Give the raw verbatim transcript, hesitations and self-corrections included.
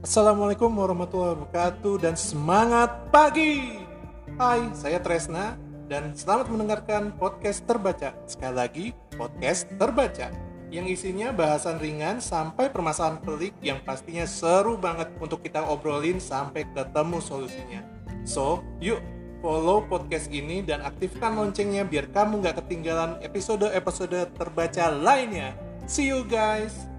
Assalamualaikum warahmatullahi wabarakatuh dan semangat pagi. Hai, saya Tresna dan selamat mendengarkan podcast terbaca. Sekali lagi, podcast terbaca yang isinya bahasan ringan sampai permasalahan pelik yang pastinya seru banget untuk kita obrolin sampai ketemu solusinya. So, yuk follow podcast ini dan aktifkan loncengnya biar kamu gak ketinggalan episode-episode terbaca lainnya. See you guys!